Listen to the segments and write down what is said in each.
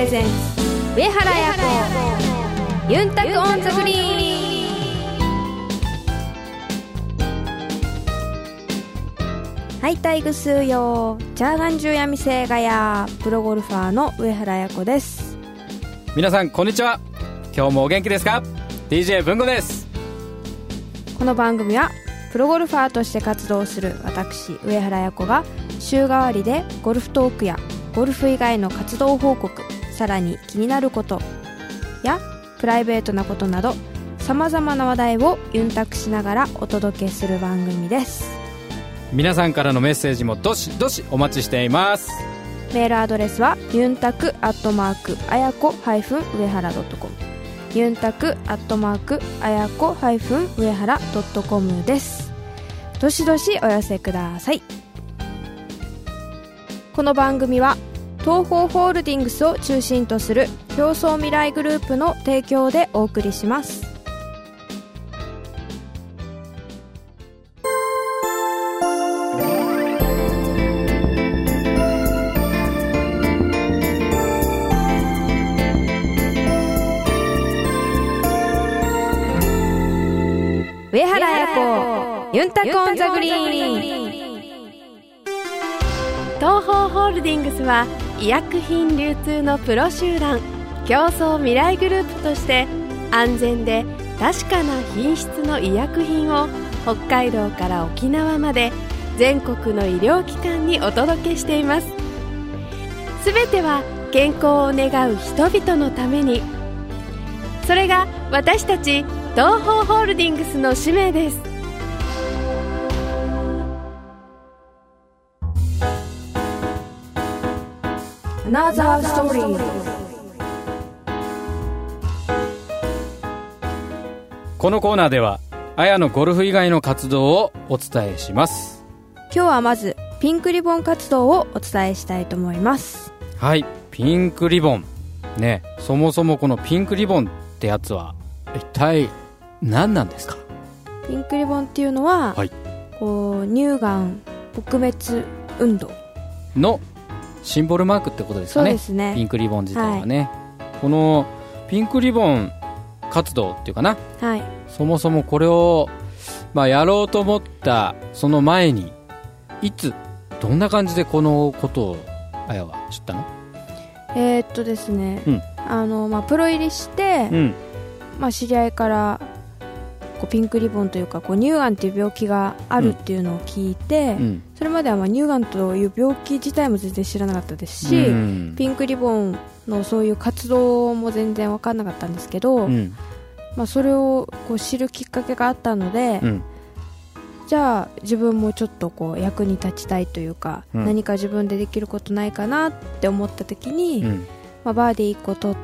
レゼンツ上原彩子ユンタクオンザグリーン。はいタイグスーヨーチャーガンジュヤミセイガヤプロゴルファーの上原彩子です。 皆さんこんにちは。今日もお元気ですか？ DJ 文吾です。 この番組はプロゴルファーとして活動する私上原彩子が週替わりでゴルフトークやゴルフ以外の活動報告、さらに気になることやプライベートなことなどさまざまな話題をユンタクしながらお届けする番組です。 皆さんからのメッセージもどしどしお待ちしています。 メールアドレスはユンタクあやこ上原.com ユンタクあやこ上原.com です。どしどしお寄せください。この番組は東方ホールディングスを中心とする競争未来グループの提供でお送りします。上原彩子ユンタクオンザグリーン。東方ホールディングスは医薬品流通のプロ集団競争未来グループとして安全で確かな品質の医薬品を北海道から沖縄まで全国の医療機関にお届けしています。すべては健康を願う人々のために。それが私たち東方ホールディングスの使命です。Another story。 このコーナーではあやのゴルフ以外の活動をお伝えします。 今日はまずピンクリボン活動をお伝えしたいと思います。 はい、ピンクリボンね、そもそもこのピンクリボンってやつは一体何なんですか？ ピンクリボンっていうのは、はい、こう乳がん撲滅運動のシンボルマークってことですかね。 そうですね。 ピンクリボン自体はね、はい、このピンクリボン活動っていうかな、はい、そもそもこれを、やろうと思ったその前にいつどんな感じでこのことをあやは知ったの？ ですね、プロ入りして、知り合いからこうピンクリボンというかこう乳がんっていう病気があるっていうのを聞いて、それまでは乳がんという病気自体も全然知らなかったですし、ピンクリボンのそういう活動も全然分かんなかったんですけど、それをこう知るきっかけがあったので、じゃあ自分もちょっとこう役に立ちたいというか、何か自分でできることないかなって思った時に、バーディー1個取って、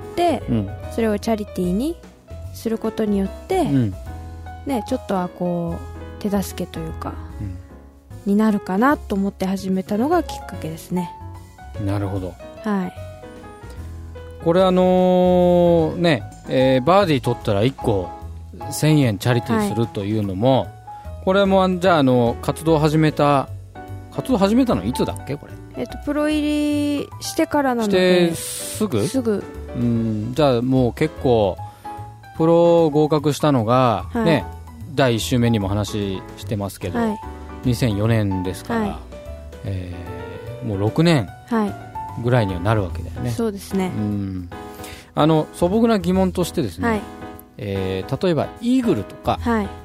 それをチャリティーにすることによって、ちょっとはこう手助けというか、になるかなと思って始めたのがきっかけですね。 なるほど。 はい。 これバーディー取ったら1個1000円チャリティーするというのも、これもじゃあ活動始めたのいつだっけこれ？ プロ入りしてからなので。 すぐ？ じゃあもう結構プロ合格したのが、第1週目にも話してますけど、2004年ですから、もう6年ぐらいにはなるわけだよね。 そうですね。 素朴な疑問としてですね、例えばイーグルとか、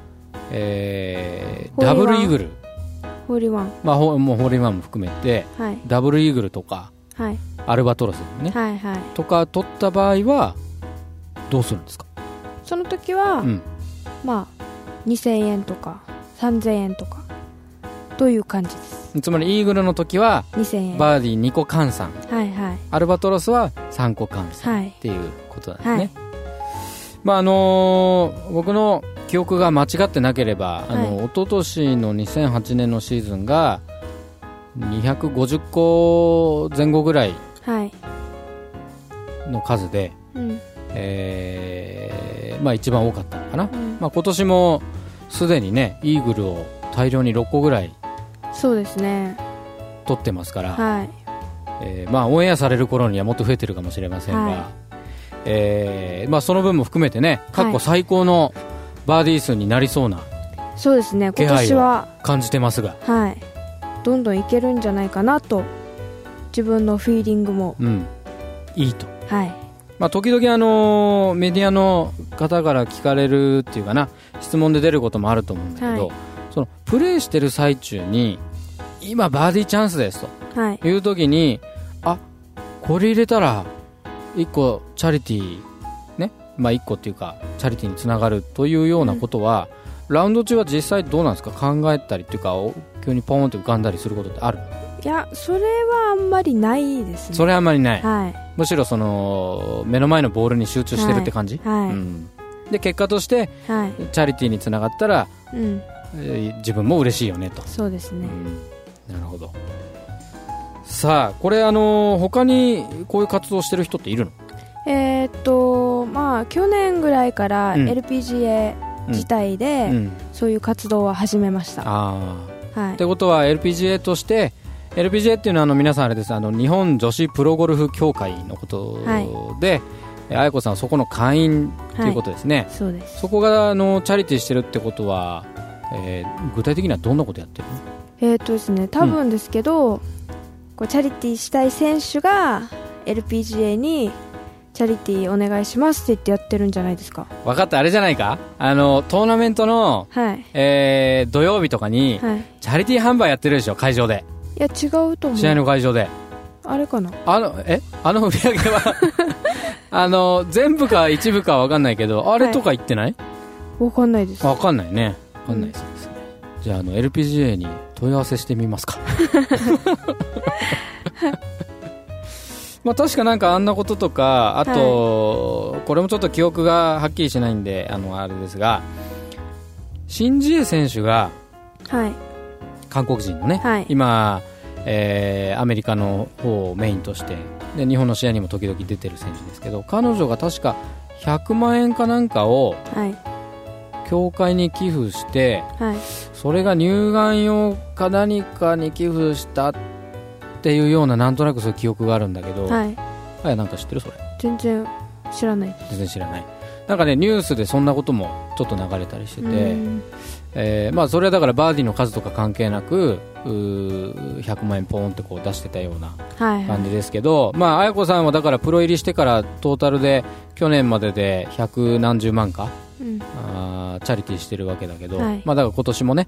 ダブルイーグル、 ホーリーワン、 もうホーリーワンも含めて、ダブルイーグルとか、アルバトロスね、とか取った場合はどうするんですか？ その時は、2000円とか3000円とかという感じです。 つまりイーグルの時は 2000円、 バーディー2個換算、アルバトロスは3個換算っていうことなんですね。僕の記憶が間違ってなければ、一昨年の2008年のシーズンが250個前後ぐらいの数で、一番多かったのかな。今年もすでにねイーグルを大量に6個ぐらいそうですね取ってますから、 オンエアされる頃にはもっと増えてるかもしれませんが、その分も含めてね、過去最高のバーディー数になりそうな、 そうですね、今年は感じてますが、 はい、どんどんいけるんじゃないかなと、自分のフィーリングも、 いいと、 はい、 時々メディアの方から聞かれるっていうかな、質問で出ることもあると思うんだけど、そのプレーしてる最中に今バーディーチャンスですと、いう時に、これ入れたら1個チャリティーね、1個っていうかチャリティーにつながるというようなことは、ラウンド中は実際どうなんですか、考えたりっていうか急にポーンって浮かんだりすることってある？ いや、それはあんまりないですね。 それはあんまりない、むしろその目の前のボールに集中してるって感じ、で結果として、チャリティーにつながったら、自分も嬉しいよねと。 そうですね、 なるほど。さあこれ他にこういう活動してる人っているの？ 去年ぐらいから LPGA 自体でそういう活動は始めました。ってことは LPGA として、LPGA っていうのは皆さんあれです、日本女子プロゴルフ協会のことで、彩子さんはそこの会員ということですね。 そうです。 そこがチャリティーしてるってことは、具体的にはどんなことやってるの？ ですね、多分ですけど、こうチャリティーしたい選手が LPGA にチャリティーお願いしますって言ってやってるんじゃないですか。 分かった、あれじゃないか、トーナメントの、土曜日とかに、チャリティー販売やってるでしょ、会場で。 いや違うと思う、 試合の会場で。 あれかな、 売り上げは全部か一部か分かんないけど、あれとか言ってない？ 分かんないです。 分かんないね、分かんないですね、じゃあLPGA に問い合わせしてみますか確かなんかあんなこととか、あと、これもちょっと記憶がはっきりしないんであれですが、シン・ジエ選手が、韓国人のね、今、アメリカの方をメインとしてで日本の試合にも時々出てる選手ですけど、彼女が確か100万円かなんかを協会に寄付して、それが乳がん用か何かに寄付したっていうような、なんとなくそういう記憶があるんだけど、なんか知ってる？それ全然知らない。 全然知らない。なんかね、ニュースでそんなこともちょっと流れたりしてて、それはだからバーディーの数とか関係なく100万円ポーンってこう出してたような感じですけど、彩子さんはだからプロ入りしてからトータルで去年までで100何十万か、チャリティーしてるわけだけど、だから今年もね、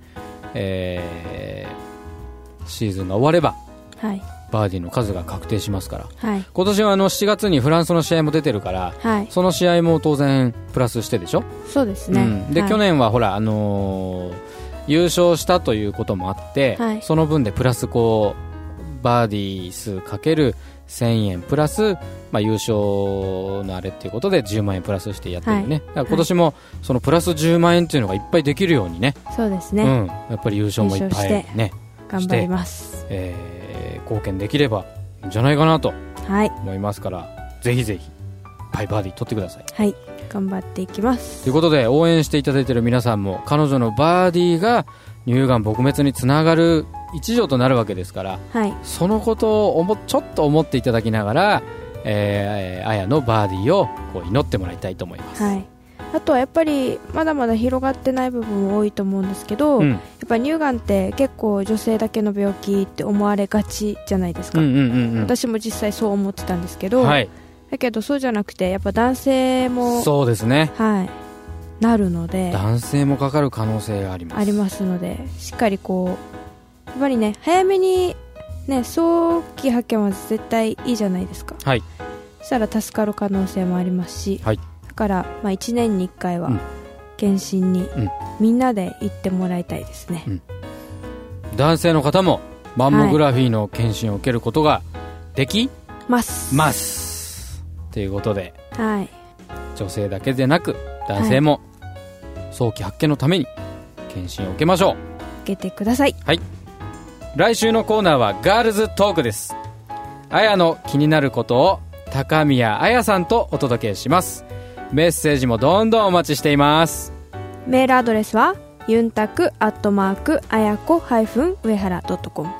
シーズンが終われば、バーディーの数が確定しますから、今年は7月にフランスの試合も出てるから、その試合も当然プラスしてでしょ。 そうですね、 で去年はほら、優勝したということもあって、その分でプラスこうバーディー数かける1000円プラス、優勝のあれっていうことで10万円プラスしてやってるね、だから今年もそのプラス10万円っていうのがいっぱいできるようにね。 そうですね、 やっぱり優勝もいっぱいね頑張ります。 貢献できればいいんじゃないかなと思いますから、ぜひぜひいっぱいバーディー取ってください。 頑張っていきます。 ということで、応援していただいている皆さんも、彼女のバーディーが乳がん撲滅につながる一助となるわけですから、そのことをちょっと思っていただきながら、綾のバーディーをこう祈ってもらいたいと思います。 あとはやっぱりまだまだ広がってない部分も多いと思うんですけど、やっぱり乳がんって結構女性だけの病気って思われがちじゃないですか。私も実際そう思ってたんですけど、だけどそうじゃなくて、やっぱ男性もそうですね、 なるので、 男性もかかる可能性がありますので、しっかりこうやっぱりね、早めにね、早期発見は絶対いいじゃないですか。そしたら助かる可能性もありますし、だから1年に1回は検診にみんなで行ってもらいたいですね。 男性の方もマンモグラフィーの検診を受けることができますということで、女性だけでなく男性も早期発見のために検診を受けましょう。 受けてください。 来週のコーナーはガールズトークです。綾の気になることを高宮綾さんとお届けします。メッセージもどんどんお待ちしています。 メールアドレスはユンタク@あやこ-上原.com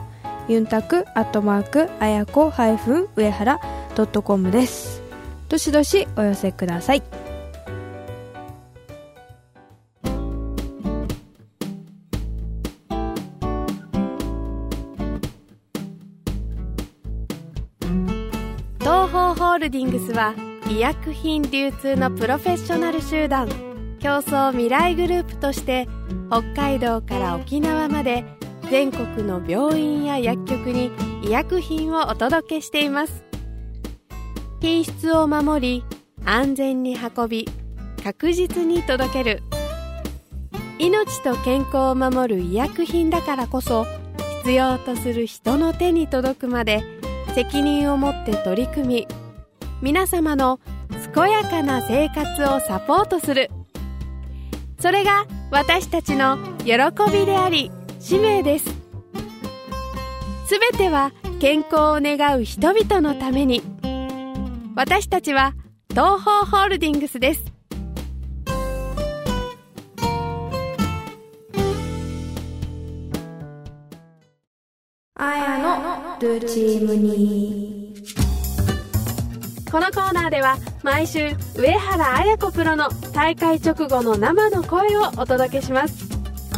ユンタク@ayako-uehara.com です。どしどしお寄せください。 東方ホールディングスは医薬品流通のプロフェッショナル集団、競争未来グループとして北海道から沖縄まで全国の病院や薬局に医薬品をお届けしています。品質を守り、安全に運び、確実に届ける。命と健康を守る医薬品だからこそ、必要とする人の手に届くまで責任を持って取り組み、皆様の健やかな生活をサポートする。それが私たちの喜びであり使命です。すべては健康を願う人々のために。私たちは東方ホールディングスです。 あやのルチームに。 このコーナーでは毎週上原綾子プロの大会直後の生の声をお届けします。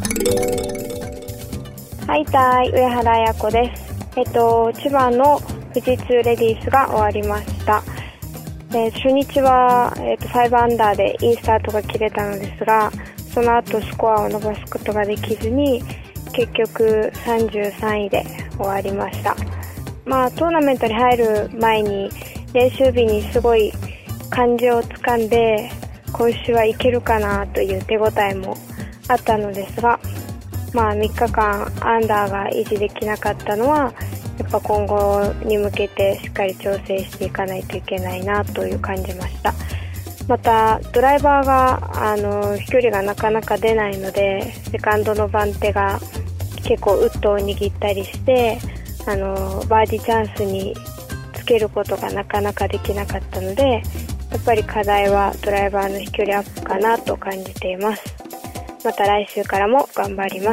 はいたい、上原綾子です。千葉の富士通レディースが終わりました。初日は、5アンダーでいいスタートが切れたのですが、その後スコアを伸ばすことができずに結局33位で終わりました。トーナメントに入る前に練習日にすごい感じをつかんで、今週はいけるかなという手応えもあったのですが、3日間アンダーが維持できなかったのはやっぱ今後に向けてしっかり調整していかないといけないなという感じました。またドライバーが飛距離がなかなか出ないので、セカンドの番手が結構ウッドを握ったりしてバーディーチャンスにつけることがなかなかできなかったので、やっぱり課題はドライバーの飛距離アップかなと感じています。また来週からも頑張ります。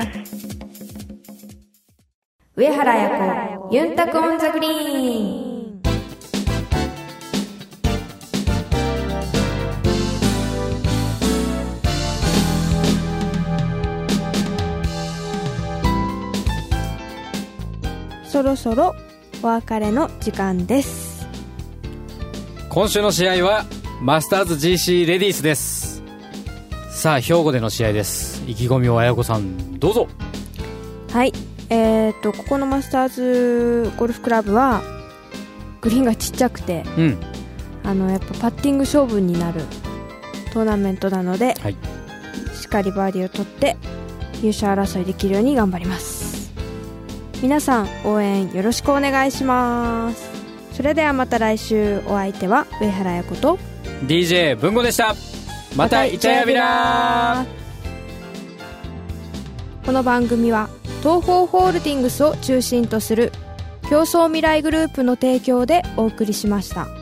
上原彩子ユンタクオンザグリーン。そろそろお別れの時間です。 今週の試合はマスターズ GC レディースです。さあ兵庫での試合です。意気込みを綾子さんどうぞ。 はい、ここのマスターズゴルフクラブはグリーンがちっちゃくて、やっぱパッティング勝負になるトーナメントなので、はい、しっかりバーディーを取って優勝争いできるように頑張ります。皆さん応援よろしくお願いします。それではまた来週。お相手は上原彩子と DJ 文吾でした。またイチャヤビラー。 この番組は東方ホールディングスを中心とする競争未来グループの提供でお送りしました。